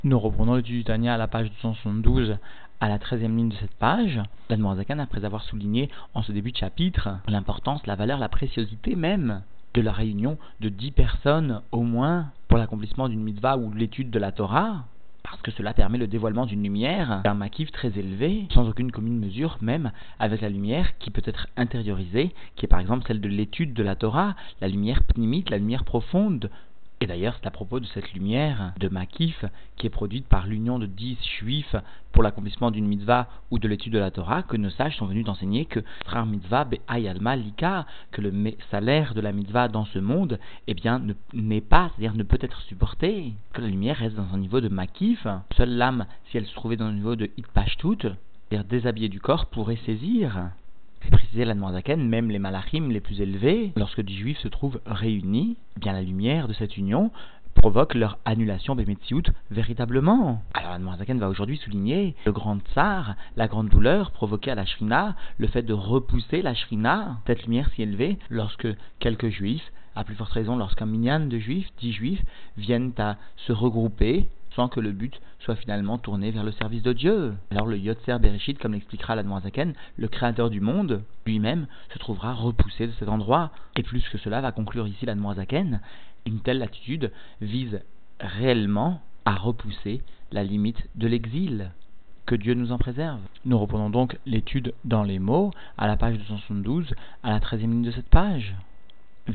Nous reprenons l'étude du Tanya à la page 272, à la 13e ligne de cette page. L'Admorazakan, après avoir souligné en ce début de chapitre l'importance, la valeur, la préciosité même de la réunion de 10 personnes au moins pour l'accomplissement d'une mitzvah ou l'étude de la Torah, parce que cela permet le dévoilement d'une lumière, d'un makif très élevé, sans aucune commune mesure, même avec la lumière qui peut être intériorisée, qui est par exemple celle de l'étude de la Torah, la lumière pnimite, la lumière profonde. Et d'ailleurs, c'est à propos de cette lumière de Makif qui est produite par l'union de 10 juifs pour l'accomplissement d'une mitzvah ou de l'étude de la Torah que nos sages sont venus d'enseigner que Trar mitzvah be'ay alma lika, que le salaire de la mitzvah dans ce monde, eh bien, n'est pas, c'est-à-dire ne peut être supporté, que la lumière reste dans un niveau de Makif. Seule l'âme, si elle se trouvait dans un niveau de Hitpashtut, c'est-à-dire déshabillée du corps, pourrait saisir. C'est précisé l'Admorazaken, même les malachim les plus élevés, lorsque 10 juifs se trouvent réunis, eh bien la lumière de cette union provoque leur annulation Bemetsiout véritablement. Alors l'Admorazaken va aujourd'hui souligner le grand tsar, la grande douleur provoquée à la Shrina, le fait de repousser la Shrina, cette lumière si élevée, lorsque quelques juifs, à plus forte raison lorsqu'un minyan de juifs, 10 juifs, viennent à se regrouper sans que le but soit finalement tourné vers le service de Dieu. Alors le Yotzer Bereshit, comme l'expliquera l'Admorazaken, le créateur du monde, lui-même se trouvera repoussé de cet endroit. Et plus que cela, va conclure ici l'Admorazaken, une telle attitude vise réellement à repousser la limite de l'exil. Que Dieu nous en préserve. Nous reprenons donc l'étude dans les mots, à la page 272, à la 13e ligne de cette page. Et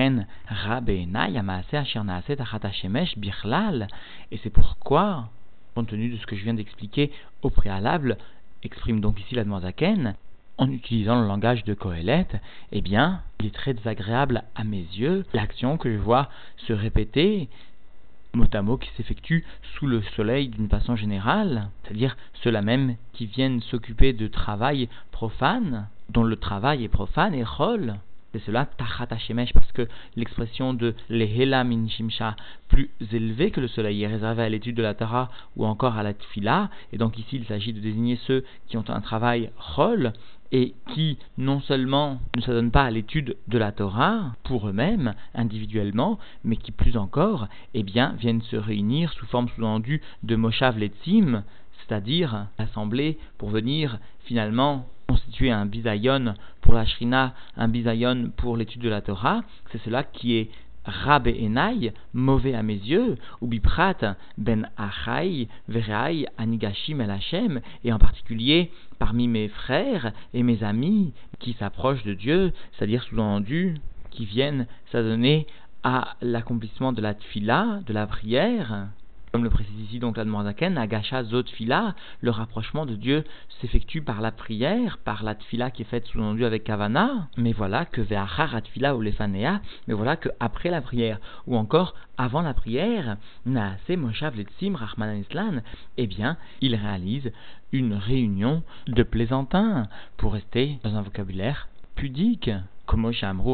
c'est pourquoi, compte tenu de ce que je viens d'expliquer au préalable, exprime donc ici l'Admorazaken, en utilisant le langage de Kohelet, eh bien, il est très désagréable à mes yeux l'action que je vois se répéter mot à mot qui s'effectue sous le soleil d'une façon générale, c'est-à-dire ceux-là même qui viennent s'occuper de travail profane, dont le travail est profane et chol. C'est cela, Tachat Hashemesh, parce que l'expression de Lehela min Shimsha, plus élevée que le soleil, est réservée à l'étude de la Torah ou encore à la Tfila, et donc ici il s'agit de désigner ceux qui ont un travail chol, et qui non seulement ne s'adonnent pas à l'étude de la Torah pour eux-mêmes, individuellement, mais qui plus encore, eh bien, viennent se réunir sous forme sous-tendue de Moshav Letzim, c'est-à-dire l'assemblée pour venir finalement constituer un bisayon pour la Shrina, un bisayon pour l'étude de la Torah. C'est cela qui est Rab et Enai, mauvais à mes yeux, ou Biprat ben Achai, Verai, Anigashim el Hashem, et en particulier parmi mes frères et mes amis qui s'approchent de Dieu, c'est-à-dire sous-entendu, qui viennent s'adonner à l'accomplissement de la tfila, de la prière. Comme le précise ici donc l'Admorazaken, Agasha Zot Tfila, le rapprochement de Dieu s'effectue par la prière, par la Tfila qui est faite sous-entendu avec Kavana, mais voilà que Ve'achar Tfila ou Lefanea, mais voilà que après la prière, ou encore avant la prière, Naase Moshav Letzim Rachmanan Islan, eh bien, il réalise une réunion de plaisantins, pour rester dans un vocabulaire pudique. Comme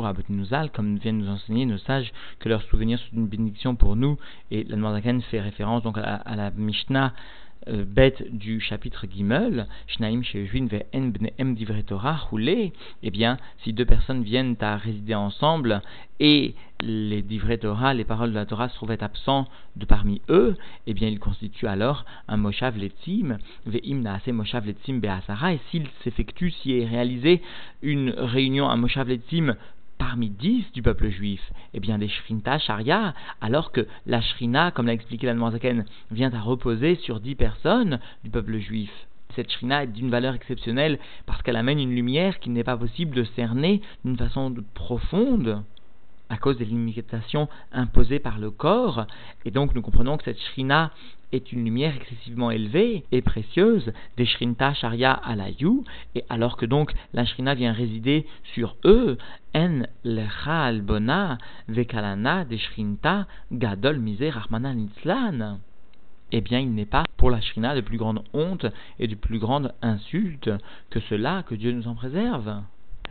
viennent nous enseigner nos sages, que leurs souvenirs sont une bénédiction pour nous, et l'Admorazaken fait référence donc à la Mishnah bête du chapitre Gimel, Shnaim Sheyushvin ve'en bnehem divrei Torah roulé, eh bien, si deux personnes viennent à résider ensemble et les divrei Torah, les paroles de la Torah se trouvaient absents de parmi eux, eh bien, ils constituent alors un Moshav Letzim, ve'im naase Moshav Letzim be'asara, et s'il s'effectue, s'il est réalisé une réunion, un Moshav Letzim parmi 10 du peuple juif, eh bien des Shrinta Sharia, alors que la Shrina, comme l'a expliqué l'Admorazaken, vient à reposer sur 10 personnes du peuple juif. Cette Shrina est d'une valeur exceptionnelle parce qu'elle amène une lumière qu'il n'est pas possible de cerner d'une façon profonde à cause des limitations imposées par le corps, et donc nous comprenons que cette Shrina est une lumière excessivement élevée et précieuse des Shrinta Sharia Alayou, et alors que donc la Shrina vient résider sur eux, En Lecha Albona Vekalana des Shrinta Gadol Miser Rahmana Nitzlan, eh bien il n'est pas pour la Shrina de plus grande honte et de plus grande insulte que cela, que Dieu nous en préserve.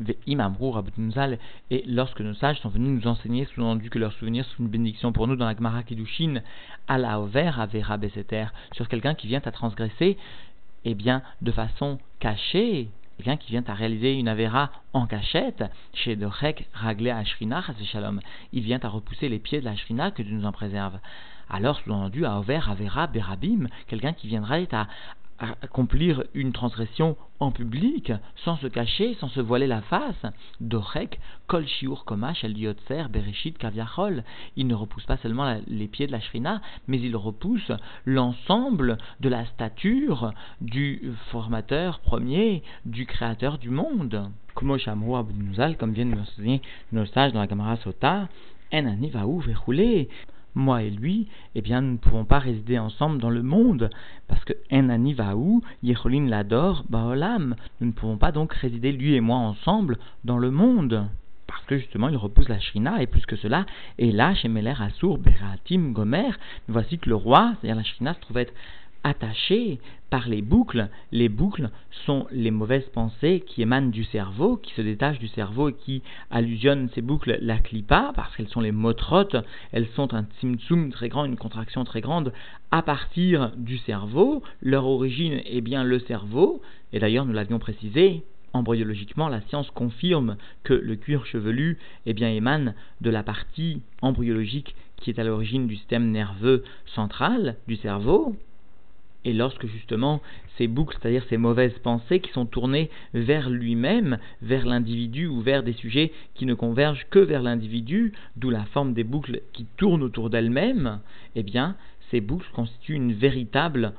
Et lorsque nos sages sont venus nous enseigner, sous-entendu que leurs souvenirs sont une bénédiction pour nous dans la Gemara Kiddushin, à la Over Avera Beseter, sur quelqu'un qui vient à transgresser, eh bien, de façon cachée, quelqu'un qui vient à réaliser une Avera en cachette, chez Dorek Raglé Ashrina, Shalom, il vient à repousser les pieds de la Shrina, que Dieu nous en préserve. Alors, sous-entendu, à Over, Avera, Berabim, quelqu'un qui viendrait à accomplir une transgression en public, sans se cacher, sans se voiler la face, Dorek, Kol Shiur Komash, El Yotzer, Bereshit, Kaviachol, il ne repousse pas seulement les pieds de la Shrina, mais il repousse l'ensemble de la stature du formateur premier, du créateur du monde. Comme viennent nous enseigner nos sages dans la Gemara Sota, En Anivaou Vechoulé. Moi et lui, eh bien, nous ne pouvons pas résider ensemble dans le monde, parce que En Anivaou, Yecholin l'adore, Baolam. Nous ne pouvons pas donc résider lui et moi ensemble dans le monde, parce que justement il repousse la Shrina, et plus que cela, et là, chez Meler Assour, Beratim, Gomer, voici que le roi, c'est-à-dire la Shrina, se trouve être attaché par les boucles. Les boucles sont les mauvaises pensées qui émanent du cerveau, qui se détachent du cerveau et qui allusionnent ces boucles la klipa, parce qu'elles sont les motrotes, elles sont un tzimtzum très grand, une contraction très grande à partir du cerveau. Leur origine est bien le cerveau, et d'ailleurs nous l'avions précisé, embryologiquement la science confirme que le cuir chevelu émane de la partie embryologique qui est à l'origine du système nerveux central du cerveau. Et lorsque justement ces boucles, c'est-à-dire ces mauvaises pensées qui sont tournées vers lui-même, vers l'individu ou vers des sujets qui ne convergent que vers l'individu, d'où la forme des boucles qui tournent autour d'elles-mêmes, eh bien ces boucles constituent une véritable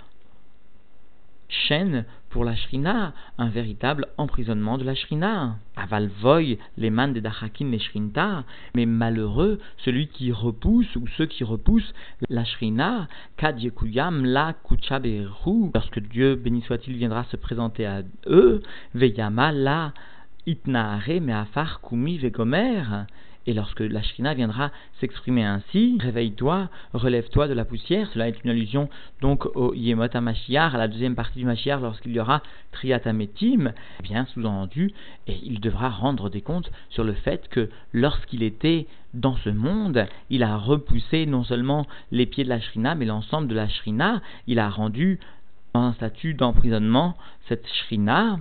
chaîne pour la Shrina, un véritable emprisonnement de la Shrina. Aval voy les man des dachakin les Shrinta, mais malheureux celui qui repousse ou ceux qui repoussent la Shrina, kad yekuyam la kuchaberu, lorsque Dieu béni soit-il viendra se présenter à eux, veyama la itnaare meafar kumi vegomer. Et lorsque la Shrina viendra s'exprimer ainsi, réveille-toi, relève-toi de la poussière, cela est une allusion donc au Yemot HaMashiach, à la deuxième partie du Mashiach, lorsqu'il y aura Triat HaMetim, eh bien sous-entendu, et il devra rendre des comptes sur le fait que lorsqu'il était dans ce monde, il a repoussé non seulement les pieds de la Shrina, mais l'ensemble de la Shrina, il a rendu dans un statut d'emprisonnement cette Shrina.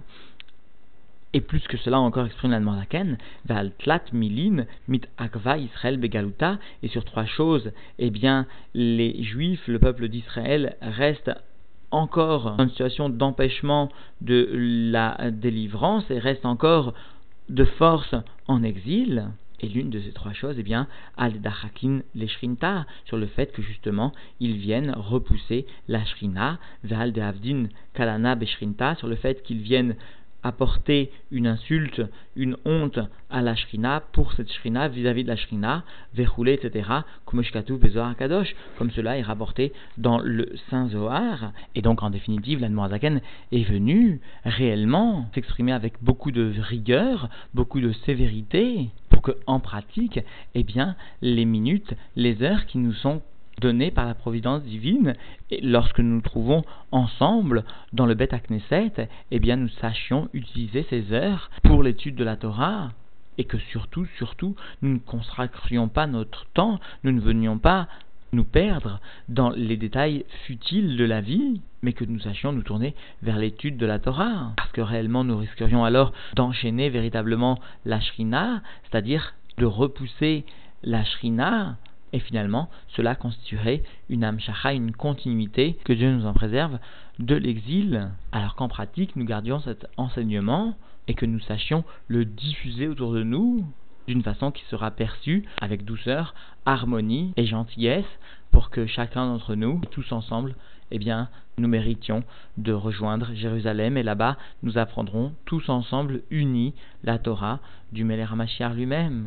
Et plus que cela encore exprime la Noirzaken, Val Tlat Milin, Mit Akva Israël Begaluta, et sur trois choses, eh bien, les Juifs, le peuple d'Israël, restent encore dans une situation d'empêchement de la délivrance et reste encore de force en exil. Et l'une de ces trois choses, eh bien, Al-Dachakin les Shrinta, sur le fait que justement, ils viennent repousser la Shrina, Val de Avdin Kalana Beshrinta, sur le fait qu'ils viennent apporter une insulte, une honte à la Shrina, pour cette Shrina, vis-à-vis de la Shrina, Vechoulé, etc., Kumeshkatu Bezohar Kadosh, comme cela est rapporté dans le Saint Zohar. Et donc, en définitive, la Noirzaken est venue réellement s'exprimer avec beaucoup de rigueur, beaucoup de sévérité, pour que, en pratique, eh bien, les minutes, les heures qui nous sont donné par la providence divine, et lorsque nous nous trouvons ensemble dans le Beth Knesset, eh bien nous sachions utiliser ces heures pour l'étude de la Torah, et que surtout, nous ne consacrions pas notre temps, nous ne venions pas nous perdre dans les détails futiles de la vie, mais que nous sachions nous tourner vers l'étude de la Torah, parce que réellement nous risquerions alors d'enchaîner véritablement la Shrina, c'est-à-dire de repousser la Shrina. Et finalement, cela constituerait une amshacha, une continuité, que Dieu nous en préserve, de l'exil, alors qu'en pratique, nous gardions cet enseignement et que nous sachions le diffuser autour de nous d'une façon qui sera perçue avec douceur, harmonie et gentillesse, pour que chacun d'entre nous, tous ensemble, eh bien, nous méritions de rejoindre Jérusalem, et là-bas, nous apprendrons tous ensemble, unis, la Torah du Melech HaMashiach lui-même.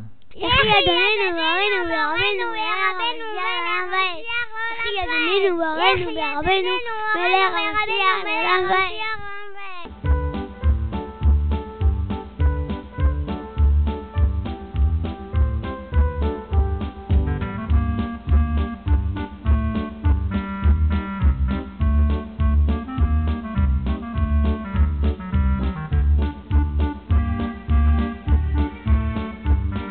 Merci.